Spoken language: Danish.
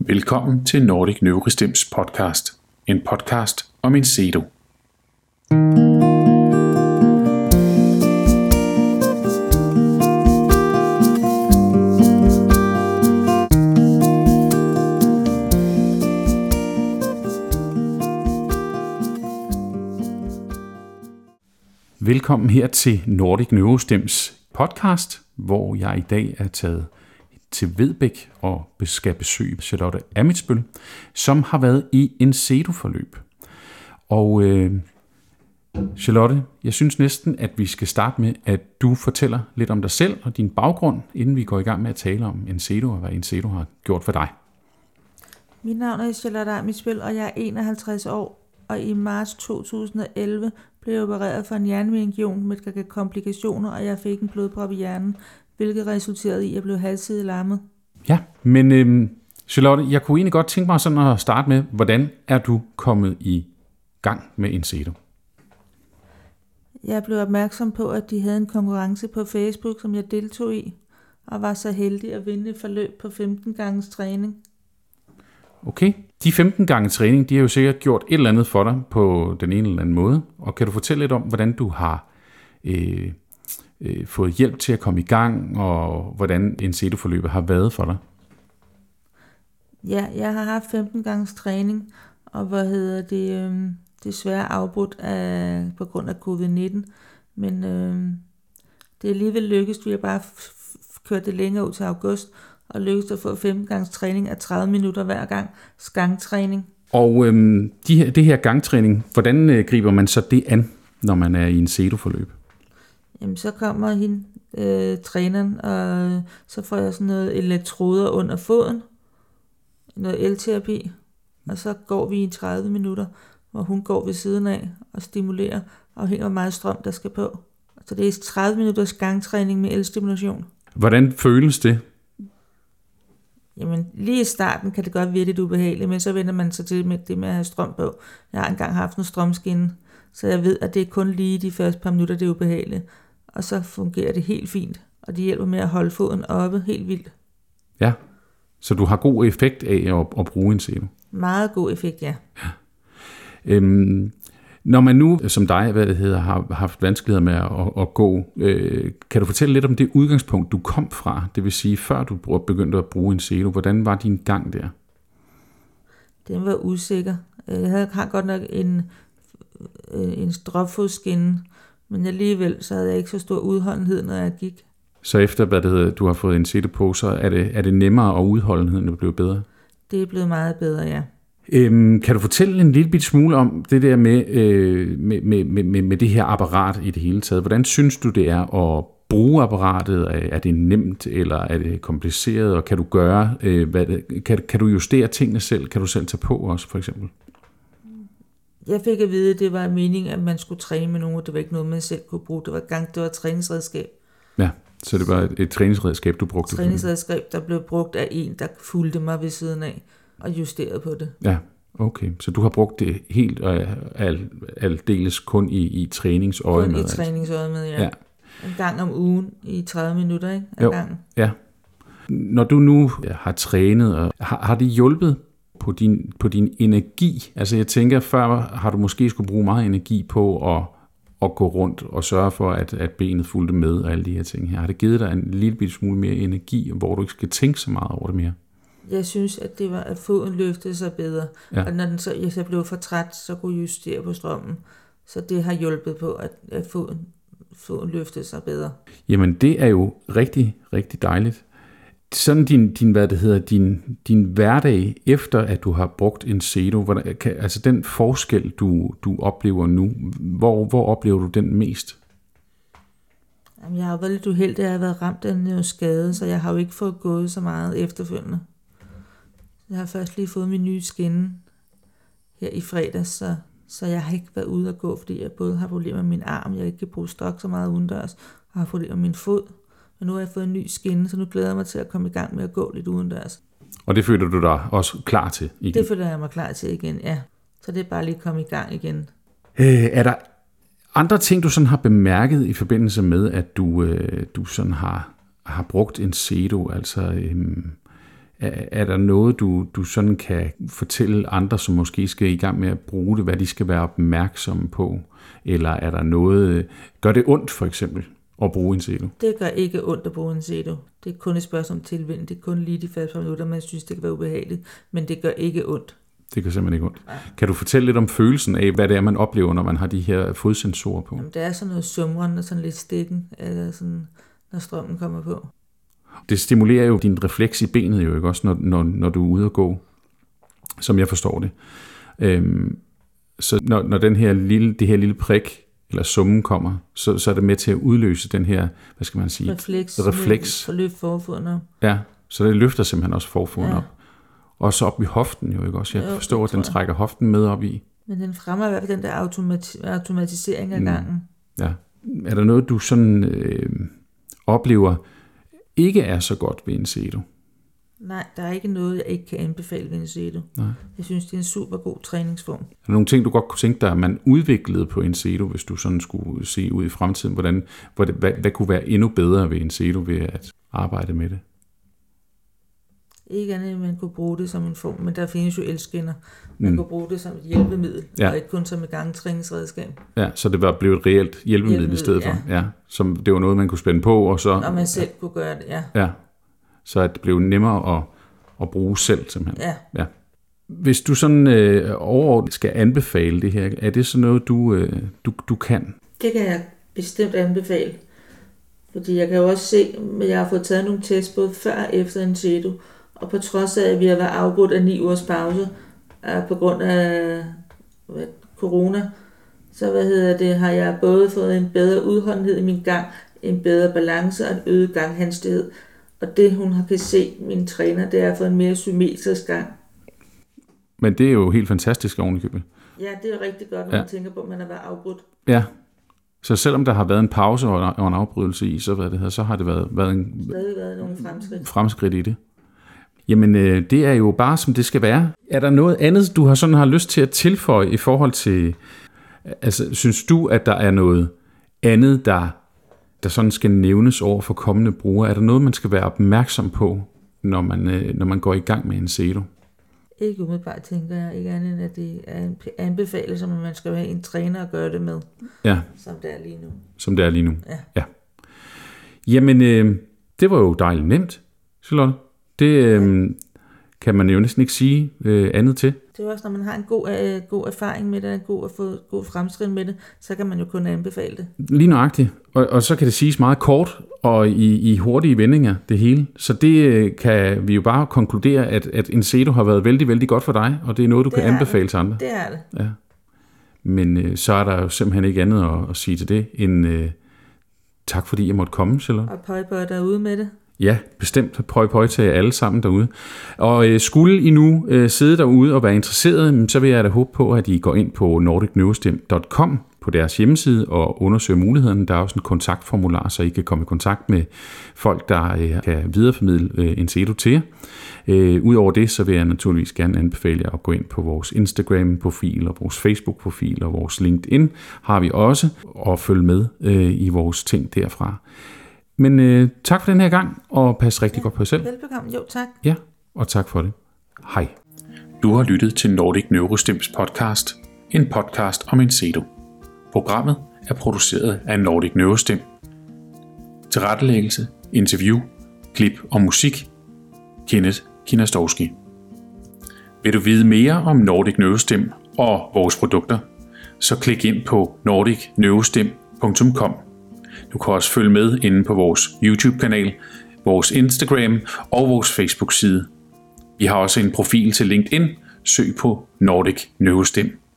Velkommen til Nordic Neuristems podcast. En podcast om Insedo. Velkommen her til Nordic Neuristems podcast, hvor jeg i dag er taget til Vedbæk og skal besøge Charlotte Ammitzbøll, som har været i Insedo-forløb. Og Charlotte, jeg synes næsten, at vi skal starte med, at du fortæller lidt om dig selv og din baggrund, inden vi går i gang med at tale om Insedo og hvad Insedo har gjort for dig. Mit navn er Charlotte Ammitzbøll, og jeg er 51 år, og i marts 2011 blev jeg opereret for en hjernemeningiom med komplikationer, og jeg fik en blodprop i hjernen, hvilket resulterede i, at jeg blev halvsidigt lammet. Ja, men Charlotte, jeg kunne egentlig godt tænke mig sådan at starte med, hvordan er du kommet i gang med Insedo? Jeg blev opmærksom på, at de havde en konkurrence på Facebook, som jeg deltog i, og var så heldig at vinde et forløb på 15 ganges træning. Okay, de 15 gange træning, de har jo sikkert gjort et eller andet for dig på den ene eller anden måde. Og kan du fortælle lidt om, hvordan du har fået hjælp til at komme i gang, og hvordan Insedo-forløbet har været for dig? Ja, jeg har haft 15 ganges træning, og desværre afbrudt på grund af covid-19. Men det er alligevel lykkedes, vi har bare kørt det længere ud til august, og lykkedes at få 15 ganges træning af 30 minutter hver gang, gangtræning. Og det her gangtræning, hvordan griber man så det an, når man er i Insedo-forløb? Jamen, så kommer træneren, og så får jeg sådan noget elektroder under foden, noget el-terapi, og så går vi i 30 minutter, hvor hun går ved siden af og stimulerer, afhængig af hvor meget strøm, der skal på. Så det er 30 minutters gangtræning med elstimulation. Hvordan føles det? Jamen, lige i starten kan det godt virke lidt ubehageligt, men så vender man sig til med det med at have strøm på. Jeg har engang haft en strømskinne, så jeg ved, at det er kun lige de første par minutter, det er ubehageligt. Og så fungerer det helt fint, og det hjælper med at holde foden oppe helt vildt. Ja, så du har god effekt af at bruge Insedo? Meget god effekt, ja. Når man nu, som dig, har haft vanskeligheder med at gå, kan du fortælle lidt om det udgangspunkt, du kom fra? Det vil sige, før du begyndte at bruge Insedo. Hvordan var din gang der? Den var usikker. Jeg har godt nok en stropfodskinne, men alligevel så havde jeg ikke så stor udholdenhed, når jeg gik. Så efter du har fået Insedo på, så er det nemmere, og udholdenheden er blevet bedre? Det er blevet meget bedre, ja. Kan du fortælle en lille smule om det der med det her apparat i det hele taget? Hvordan synes du, det er at bruge apparatet? Er det nemt, eller er det kompliceret? Og kan du gøre, kan du justere tingene selv? Kan du selv tage på også, for eksempel? Jeg fik at vide, at det var meningen, at man skulle træne med nogen, det var ikke noget, man selv kunne bruge. Det var et træningsredskab. Ja, så det var et træningsredskab, du brugte? Et træningsredskab, der blev brugt af en, der fulgte mig ved siden af og justerede på det. Ja, okay. Så du har brugt det helt aldeles kun i træningsøje med? Kun i træningsøje med, ja. En gang om ugen i 30 minutter, ikke? Gangen. Ja. Når du nu har trænet, har det hjulpet på din energi? Altså jeg tænker, før har du måske skulle bruge meget energi på at gå rundt og sørge for, at benet fulgte med og alle de her ting her. Har det givet dig en lille smule mere energi, hvor du ikke skal tænke så meget over det mere? Jeg synes, at det var, at foden løftede sig bedre. Ja. Og når jeg blev for træt, så kunne jeg justere på strømmen. Så det har hjulpet på, at foden løftede sig bedre. Jamen, det er jo rigtig, rigtig dejligt. Sådan din hverdag efter, at du har brugt Insedo, altså den forskel, du oplever nu, hvor oplever du den mest? Jamen, jeg har jo været lidt uheldig, at jeg har været ramt af en skade, så jeg har jo ikke fået gået så meget efterfølgende. Jeg har først lige fået min nye skinne her i fredags, så jeg har ikke været ude at gå, fordi jeg både har problemer med min arm, jeg ikke kan bruge stok så meget udendørs, og har problemer med min fod. Men nu har jeg fået en ny skinne, så nu glæder jeg mig til at komme i gang med at gå lidt udendørs. Og det føler du dig også klar til igen? Det føler jeg mig klar til igen, ja. Så det er bare lige at komme i gang igen. Er der andre ting, du sådan har bemærket i forbindelse med, at du sådan har brugt Insedo? Altså, Er der noget, du sådan kan fortælle andre, som måske skal i gang med at bruge det, hvad de skal være opmærksomme på? Eller er der noget... Gør det ondt, for eksempel, at bruge Insedo? Det gør ikke ondt at bruge Insedo. Det er kun et spørgsmål om tilvænning. Det er kun lige de første minutter, man synes, det kan være ubehageligt. Men det gør ikke ondt. Det gør simpelthen ikke ondt. Nej. Kan du fortælle lidt om følelsen af, hvad det er, man oplever, når man har de her fodsensorer på? Jamen, det er sådan noget sumren og sådan lidt stikken, eller sådan, når strømmen kommer på. Det stimulerer jo din refleks i benet jo, ikke også, når du er ude at gå, som jeg forstår det. Så når det her lille prik eller summen kommer, så er det med til at udløse den her, hvad skal man sige? Refleks. For løft forfoden op. Ja, så det løfter simpelthen også forfoden op. Og så op i hoften jo, ikke også? Jeg forstår, at den trækker hoften med op i. Men den fremmer i hvert fald den der automatisering af gangen. Ja. Er der noget, du sådan oplever ikke er så godt ved Insedo? Nej, der er ikke noget, jeg ikke kan anbefale ved Insedo. Nej. Jeg synes, det er en super god træningsform. Er der nogle ting, du godt kunne tænke dig, at man udviklede på Insedo, hvis du sådan skulle se ud i fremtiden? Hvad kunne være endnu bedre ved Insedo ved at arbejde med det? Ikke andet, at man kunne bruge det som en form, men der findes jo elskinner. Man kunne bruge det som et hjælpemiddel, og ikke kun som et gangtræningsredskab. Ja, så det var blevet et reelt hjælpemiddel i stedet for. Ja, som det var noget, man kunne spænde på, og så... Og man selv kunne gøre det, Ja, så det blev nemmere at bruge selv, simpelthen. Ja. Hvis du sådan overordnet skal anbefale det her, er det så noget, du kan? Det kan jeg bestemt anbefale. Fordi jeg kan jo også se, at jeg har fået taget nogle tests både før og efter Insedo, og på trods af, at vi har været afbrudt af 9 ugers pause på grund af corona, så har jeg både fået en bedre udholdenhed i min gang, en bedre balance og en øget ganghastighed. Og det, hun kan se, min træner, det er at få en mere symmetrisk gang. Men det er jo helt fantastisk ovenikøbet. Ja, det er rigtig godt, når man tænker på, at man har været afbrudt. Ja, så selvom der har været en pause og en afbrydelse i, så har det været nogle fremskridt i det. Jamen, det er jo bare, som det skal være. Er der noget andet, du har lyst til at tilføje i forhold til... Altså, synes du, at der er noget andet, der sådan skal nævnes over for kommende brugere? Er der noget, man skal være opmærksom på, når man går i gang med Insedo? Ikke umiddelbart, tænker jeg. Ikke andet end, at det er en anbefaling, som man skal have en træner at gøre det med. Ja. Som det er lige nu. Som det er lige nu. Ja. Jamen, det var jo dejligt nemt, Charlotte. Det kan man jo næsten ikke sige andet til. Det er også, når man har en god erfaring med det, og god fremskridt med det, så kan man jo kun anbefale det. Lige nøjagtigt. Og så kan det siges meget kort og i hurtige vendinger, det hele. Så det kan vi jo bare konkludere, at Insedo har været vældig, vældig godt for dig, og det er noget, du kan anbefale til andre. Det er det. Ja. Men så er der jo simpelthen ikke andet at sige til det, end tak fordi jeg måtte komme, Charlotte. Og pøj derude med det. Ja, bestemt. Pøj til jer alle sammen derude. Og skulle I nu sidde derude og være interesserede, så vil jeg da håbe på, at I går ind på nordicneurostim.com på deres hjemmeside og undersøger mulighederne. Der er også en kontaktformular, så I kan komme i kontakt med folk, der kan videreformidle Insedo til jer. Udover det, så vil jeg naturligvis gerne anbefale jer at gå ind på vores Instagram-profil og vores Facebook-profil og vores LinkedIn har vi også, og følge med i vores ting derfra. Men tak for den her gang, og pas rigtig godt på jer selv. Velbekomme. Jo, tak. Ja, og tak for det. Hej. Du har lyttet til Nordic Neurostims podcast, en podcast om Insedo. Programmet er produceret af Nordic Neurostim. Tilrettelæggelse, interview, klip og musik, Kenneth Kinastowski. Vil du vide mere om Nordic Neurostim og vores produkter, så klik ind på nordicneurostim.com. Du kan også følge med inde på vores YouTube-kanal, vores Instagram og vores Facebook-side. Vi har også en profil til LinkedIn. Søg på Nordic Neurostim.